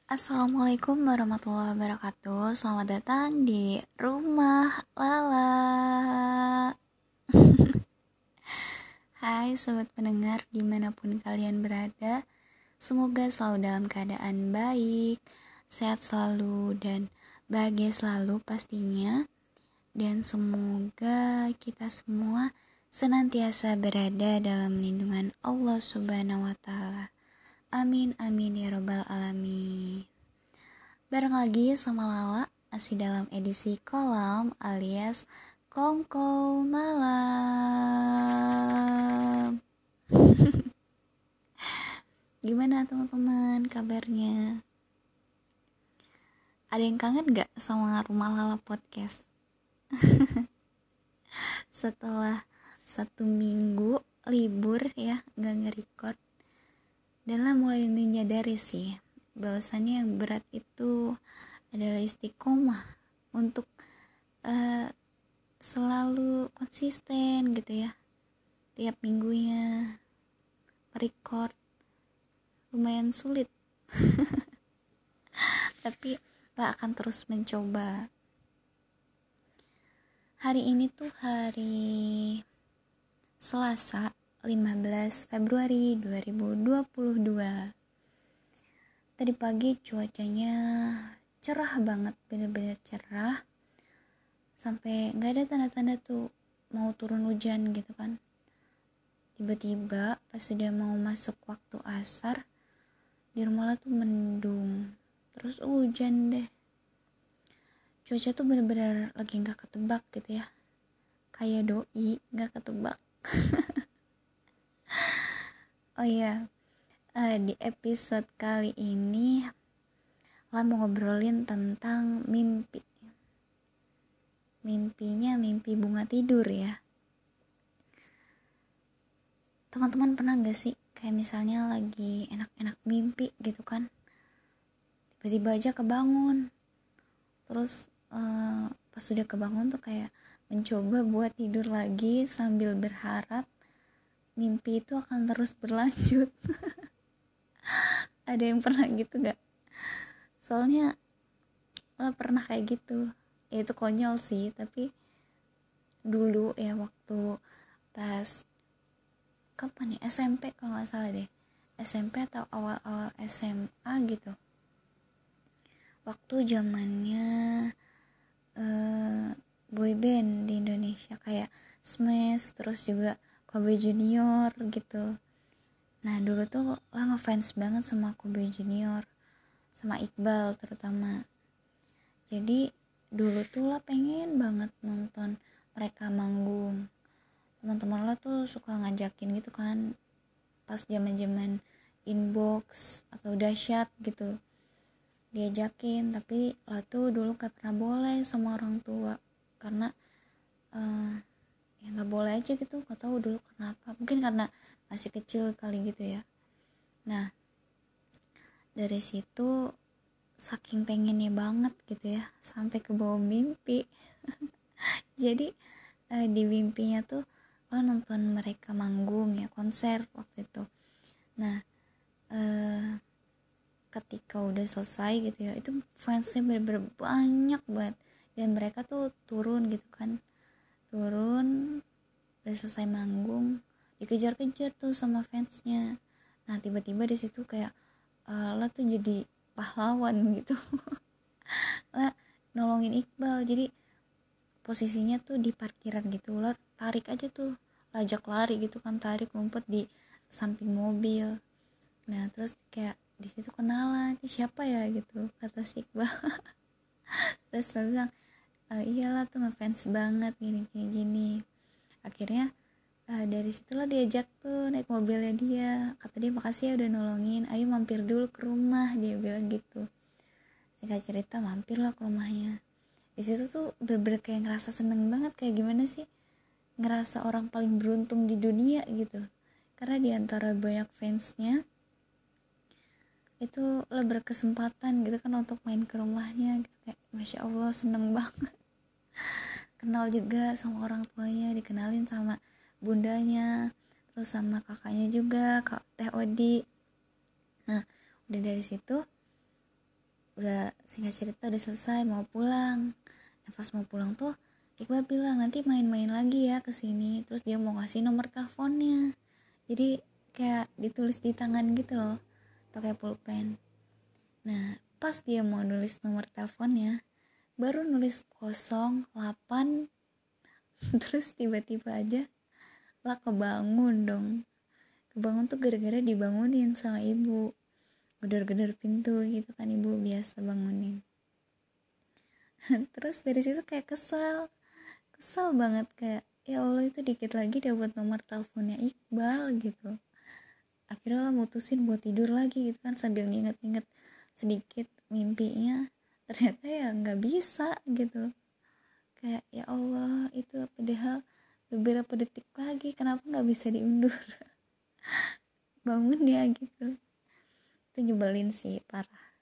Assalamualaikum warahmatullahi wabarakatuh. Selamat datang di rumah Lala. Hai sobat pendengar dimanapun kalian berada, semoga selalu dalam keadaan baik, sehat selalu dan bahagia selalu pastinya. Dan semoga kita semua senantiasa berada dalam lindungan Allah Subhanahu wa Ta'ala. Amin amin ya robbal alamin. Bareng lagi sama Lala, masih dalam edisi kolam alias Kongko Malam. Gimana teman-teman kabarnya? Ada yang kangen gak sama Rumah Lala Podcast? Setelah 1 minggu libur ya, gak nge-record, Dalla mulai menyadari sih bahwasannya yang berat itu adalah istiqomah untuk selalu konsisten gitu ya, tiap minggunya record. Lumayan sulit tapi lah akan terus mencoba. Hari ini tuh hari Selasa 15 Februari 2022. Tadi pagi cuacanya cerah banget, bener-bener cerah, sampai gak ada tanda-tanda tuh mau turun hujan gitu kan. Tiba-tiba pas sudah mau masuk waktu asar, di rumah lah tuh mendung, terus hujan deh. Cuaca tuh bener-bener lagi gak ketebak gitu ya, kayak doi gak ketebak. Oh iya, di episode kali ini lah mau ngobrolin tentang mimpi. Mimpinya mimpi bunga tidur ya. Teman-teman pernah gak sih kayak misalnya lagi enak-enak mimpi gitu kan, tiba-tiba aja kebangun, terus pas sudah kebangun tuh kayak mencoba buat tidur lagi sambil berharap mimpi itu akan terus berlanjut. Ada yang pernah gitu gak? Soalnya lo pernah kayak gitu. Ya itu konyol sih, tapi dulu ya waktu pas kapan ya, SMP kalau gak salah deh, SMP atau awal-awal SMA gitu, waktu zamannya boyband di Indonesia kayak Smash, terus juga Kobe Junior gitu. Nah dulu tuh lah ngefans banget sama Kobe Junior, sama Iqbal terutama. Jadi dulu tuh lah pengen banget nonton mereka manggung. Teman-teman lah tuh suka ngajakin gitu kan, pas zaman-zaman inbox atau dahsyat gitu, diajakin. Tapi lah tuh dulu gak pernah boleh sama orang tua, karena ya gak boleh aja gitu, gak tahu dulu kenapa, mungkin karena masih kecil kali gitu ya. Nah dari situ saking pengennya banget gitu ya, sampai ke bawah mimpi. Jadi di mimpinya tuh lo nonton mereka manggung ya, konser waktu itu. Nah ketika udah selesai gitu ya, itu fansnya bener-bener banyak banget, dan mereka tuh turun gitu kan, turun udah selesai manggung, dikejar-kejar tuh sama fansnya. Nah tiba-tiba di situ kayak lo tuh jadi pahlawan gitu. Lah nolongin Iqbal, jadi posisinya tuh di parkiran gitu, lo tarik aja tuh, lajak lari gitu kan, tarik ngumpet di samping mobil. Nah terus kayak di situ kenalan, siapa ya gitu kata si Iqbal. Terus dia bilang iyalah tuh ngefans banget gini. Akhirnya dari situlah diajak tuh naik mobilnya dia. Kata dia makasih ya udah nolongin, ayo mampir dulu ke rumah, dia bilang gitu. Singkat cerita mampirlah ke rumahnya. Di situ tuh bener-bener kayak ngerasa seneng banget, kayak gimana sih, ngerasa orang paling beruntung di dunia gitu, karena diantara banyak fansnya itu lo berkesempatan gitu kan untuk main ke rumahnya gitu. Kayak masya Allah seneng banget. Kenal juga sama orang tuanya, dikenalin sama bundanya, terus sama kakaknya juga, Kak Teh Odi. Nah udah dari situ udah singkat cerita udah selesai mau pulang. Nah pas mau pulang tuh Iqbal bilang nanti main-main lagi ya ke sini. Terus dia mau ngasih nomor teleponnya. Jadi kayak ditulis di tangan gitu loh, pakai pulpen. Nah pas dia mau nulis nomor teleponnya, baru nulis 08. Terus tiba-tiba aja lah kebangun dong. Kebangun tuh gara-gara dibangunin sama ibu. Gedor-gedor pintu gitu kan, ibu biasa bangunin. Terus dari situ kayak kesel banget, kayak ya Allah itu dikit lagi dapat nomor teleponnya Iqbal gitu. Akhirnya lah mutusin buat tidur lagi gitu kan, sambil nginget-nginget sedikit mimpinya. Ternyata ya nggak bisa gitu, kayak ya Allah itu padahal beberapa detik lagi, kenapa nggak bisa diundur bangun ya gitu. Itu nyebelin sih parah.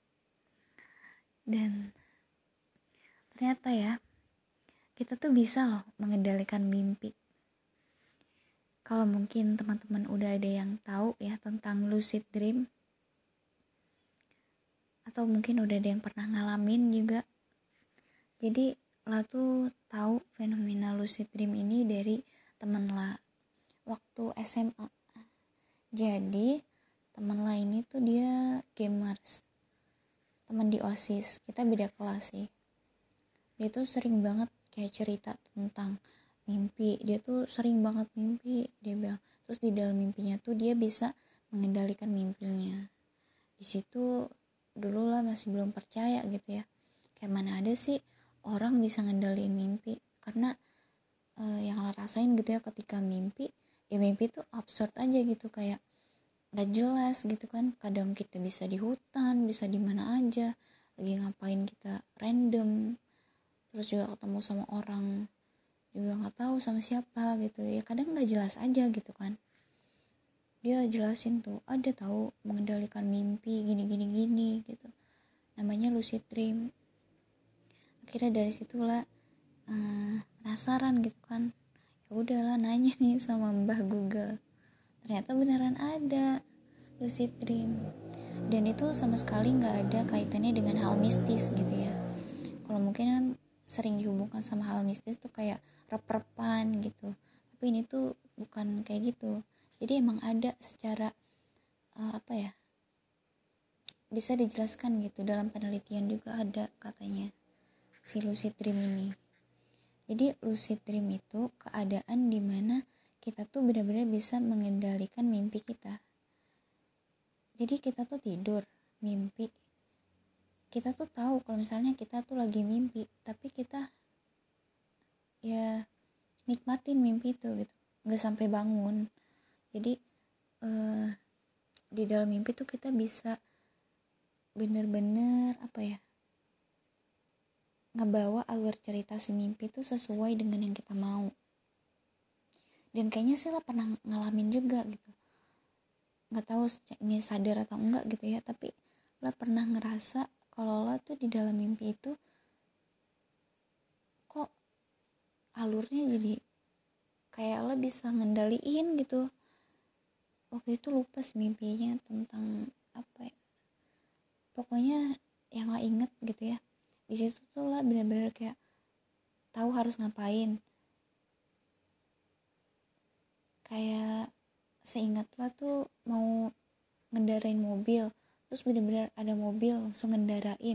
Dan ternyata ya kita tuh bisa loh mengendalikan mimpi. Kalau mungkin teman-teman udah ada yang tahu ya tentang lucid dream, atau mungkin udah ada yang pernah ngalamin juga. Jadi lah tuh tahu fenomena lucid dream ini dari teman lah waktu SMA. Jadi teman lah ini tuh dia gamers, teman di OSIS, kita beda kelas sih. Dia tuh sering banget kayak cerita tentang mimpi. Dia tuh sering banget mimpi, dia bilang. Terus di dalam mimpinya tuh dia bisa mengendalikan mimpinya. Di situ dulu lah masih belum percaya gitu ya, kayak mana ada sih orang bisa ngendaliin mimpi. Karena yang lo rasain gitu ya ketika mimpi, ya mimpi tuh absurd aja gitu, kayak gak jelas gitu kan. Kadang kita bisa di hutan, bisa di mana aja, lagi ngapain kita random. Terus juga ketemu sama orang juga nggak tahu sama siapa gitu ya, kadang nggak jelas aja gitu kan. Dia jelasin tuh ada tahu mengendalikan mimpi gini gitu, namanya lucid dream. Akhirnya dari situlah penasaran gitu kan, ya udahlah nanya nih sama Mbah Google. Ternyata beneran ada lucid dream, dan itu sama sekali nggak ada kaitannya dengan hal mistis gitu ya. Kalau mungkin kan sering dihubungkan sama hal mistis tuh kayak rep-repan gitu, tapi ini tuh bukan kayak gitu. Jadi emang ada secara bisa dijelaskan gitu, dalam penelitian juga ada katanya si lucid dream ini. Jadi lucid dream itu keadaan dimana kita tuh benar-benar bisa mengendalikan mimpi kita. Jadi kita tuh tidur mimpi, kita tuh tahu kalau misalnya kita tuh lagi mimpi, tapi kita ya nikmatin mimpi itu gitu, nggak sampai bangun. Jadi di dalam mimpi tuh kita bisa bener-bener ngebawa alur cerita si mimpi tuh sesuai dengan yang kita mau. Dan kayaknya sih lah pernah ngalamin juga gitu, nggak tahu ini sadar atau enggak gitu ya, tapi lah pernah ngerasa kalau lah tuh di dalam mimpi itu kok alurnya jadi kayak lo bisa ngendaliin gitu. Waktu itu lupa sih mimpinya tentang pokoknya yang lah inget gitu ya. Di situ tuh lah benar-benar kayak tahu harus ngapain. Kayak seingat lah tuh mau ngendarain mobil, terus benar-benar ada mobil langsung ngendarain.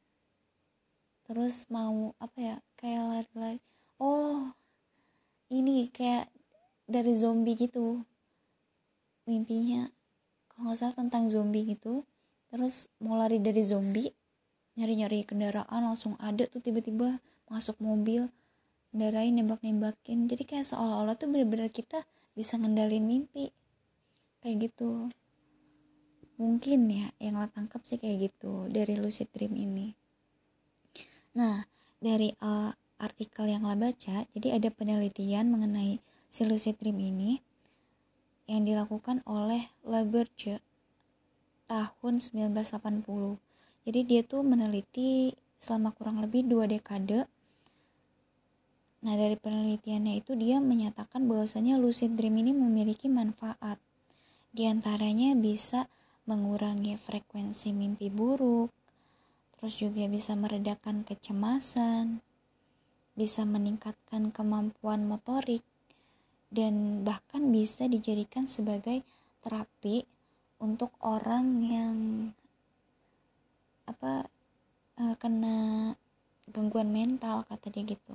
Terus mau kayak lari-lari. Oh, ini kayak dari zombie gitu mimpinya, kalau nggak salah tentang zombie gitu. Terus mau lari dari zombie, nyari-nyari kendaraan, langsung ada tuh tiba-tiba masuk mobil, kendarain, nembak-nembakin. Jadi kayak seolah-olah tuh bener-bener kita bisa ngendalin mimpi kayak gitu. Mungkin ya yang lo tangkap sih kayak gitu dari lucid dream ini. Nah dari artikel yang lo baca, jadi ada penelitian mengenai si lucid dream ini yang dilakukan oleh Laberge tahun 1980. Jadi dia tuh meneliti selama kurang lebih 2 dekade. Nah dari penelitiannya itu dia menyatakan bahwasanya lucid dream ini memiliki manfaat. Di antaranya bisa mengurangi frekuensi mimpi buruk, terus juga bisa meredakan kecemasan, bisa meningkatkan kemampuan motorik, dan bahkan bisa dijadikan sebagai terapi untuk orang yang kena gangguan mental, kata dia gitu.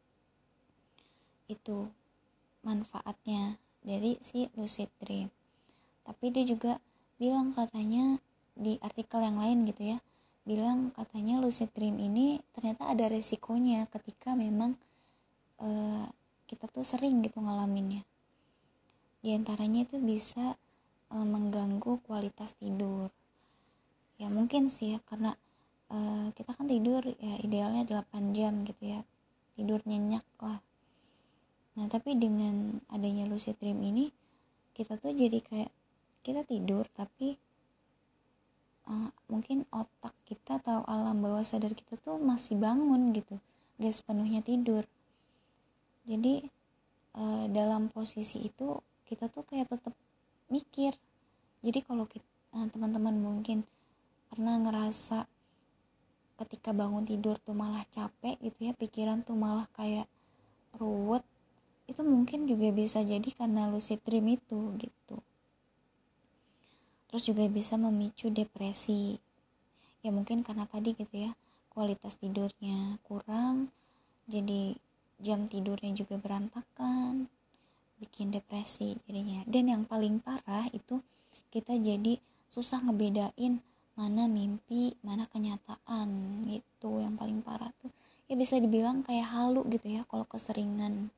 Itu manfaatnya dari si lucid dream. Tapi dia juga bilang katanya di artikel yang lain gitu ya, bilang katanya lucid dream ini ternyata ada resikonya ketika memang kita tuh sering gitu ngalaminnya. Di antaranya itu bisa mengganggu kualitas tidur. Ya mungkin sih ya, karena kita kan tidur ya idealnya 8 jam gitu ya, tidur nyenyak lah. Nah tapi dengan adanya lucid dream ini, kita tuh jadi kayak kita tidur tapi mungkin otak kita atau alam bawah sadar kita tuh masih bangun gitu, gak sepenuhnya tidur. Jadi dalam posisi itu kita tuh kayak tetap mikir. Jadi kalau teman-teman mungkin pernah ngerasa ketika bangun tidur tuh malah capek gitu ya, pikiran tuh malah kayak ruwet, itu mungkin juga bisa jadi karena lucid dream itu gitu. Terus juga bisa memicu depresi, ya mungkin karena tadi gitu ya, kualitas tidurnya kurang, jadi jam tidurnya juga berantakan, bikin depresi jadinya. Dan yang paling parah itu kita jadi susah ngebedain mana mimpi, mana kenyataan gitu. Yang paling parah tuh ya bisa dibilang kayak halu gitu ya kalau keseringan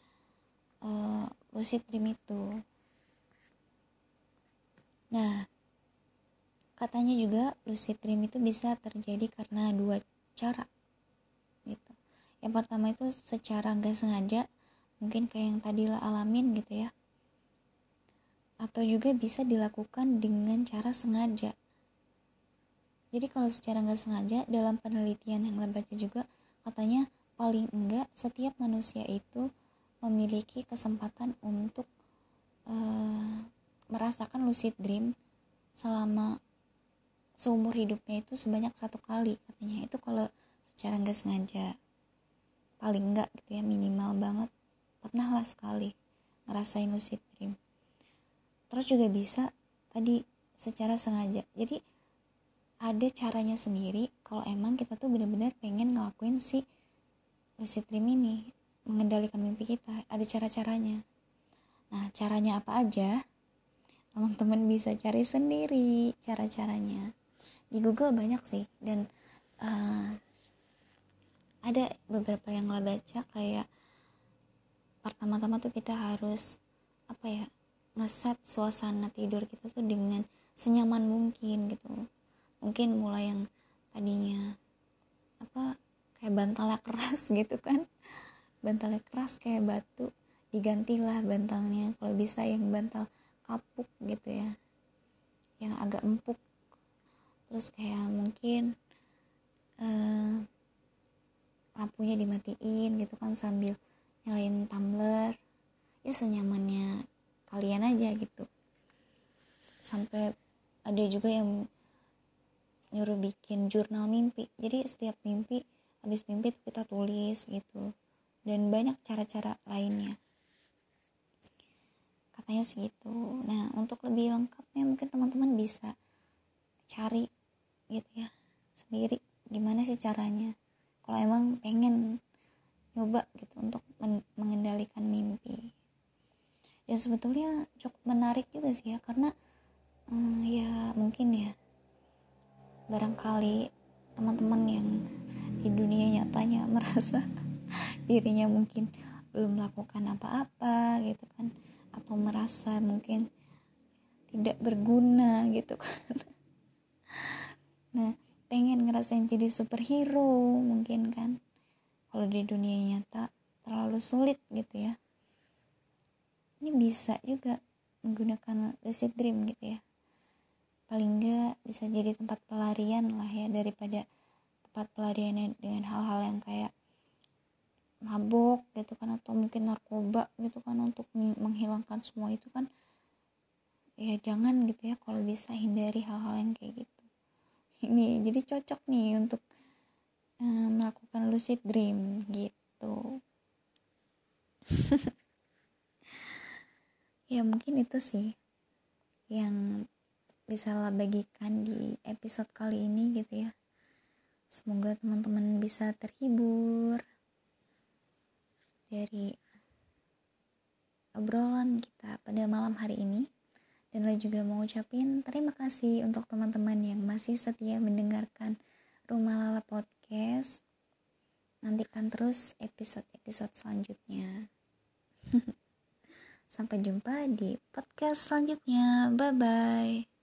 lucid dream itu. Nah, katanya juga lucid dream itu bisa terjadi karena 2 cara gitu. Yang pertama itu secara gak sengaja, mungkin kayak yang tadi lah alamin gitu ya, atau juga bisa dilakukan dengan cara sengaja. Jadi kalau secara gak sengaja, dalam penelitian yang saya baca juga katanya paling enggak setiap manusia itu memiliki kesempatan untuk merasakan lucid dream selama seumur hidupnya itu sebanyak 1 kali katanya. Itu kalau secara gak sengaja, paling enggak gitu ya, minimal banget pernah lah sekali ngerasain lucid dream. Terus juga bisa tadi secara sengaja. Jadi ada caranya sendiri kalau emang kita tuh benar-benar pengen ngelakuin si lucid dream ini, mengendalikan mimpi kita. Ada cara-caranya. Nah, caranya apa aja? Teman-teman bisa cari sendiri cara-caranya. Di Google banyak sih, dan ada beberapa yang lah baca, kayak pertama-tama tuh kita harus ngeset suasana tidur kita tuh dengan senyaman mungkin gitu. Mungkin mulai yang tadinya kayak bantalnya keras gitu kan, bantalnya keras kayak batu, digantilah bantalnya kalau bisa yang bantal kapuk gitu ya, yang agak empuk. Terus kayak mungkin lampunya dimatiin gitu kan, sambil nyalain tumbler, ya senyamannya kalian aja gitu. Sampai ada juga yang nyuruh bikin jurnal mimpi, jadi setiap mimpi, habis mimpi tuh kita tulis gitu. Dan banyak cara-cara lainnya katanya segitu. Nah, untuk lebih lengkapnya mungkin teman-teman bisa cari gitu ya sendiri gimana sih caranya kalau emang pengen nyoba gitu untuk mengendalikan mimpi. Dan sebetulnya cukup menarik juga sih ya, karena ya mungkin ya barangkali teman-teman yang di dunia nyatanya merasa dirinya mungkin belum melakukan apa-apa gitu kan, atau merasa mungkin tidak berguna gitu kan. Nah, pengen ngerasain jadi superhero mungkin kan, kalau di dunia nyata terlalu sulit gitu ya. Ini bisa juga menggunakan lucid dream gitu ya, paling enggak bisa jadi tempat pelarian lah ya, daripada tempat pelariannya dengan hal-hal yang kayak mabok gitu kan, atau mungkin narkoba gitu kan, untuk menghilangkan semua itu kan. Ya jangan gitu ya, kalau bisa hindari hal-hal yang kayak gitu ini jadi cocok nih untuk melakukan lucid dream gitu. Ya mungkin itu sih yang bisa lah bagikan di episode kali ini gitu ya. Semoga teman-teman bisa terhibur dari obrolan kita pada malam hari ini. Dan Lala juga mau ucapin terima kasih untuk teman-teman yang masih setia mendengarkan Rumah Lala Podcast. Nantikan terus episode-episode selanjutnya. Sampai jumpa di podcast selanjutnya. Bye-bye.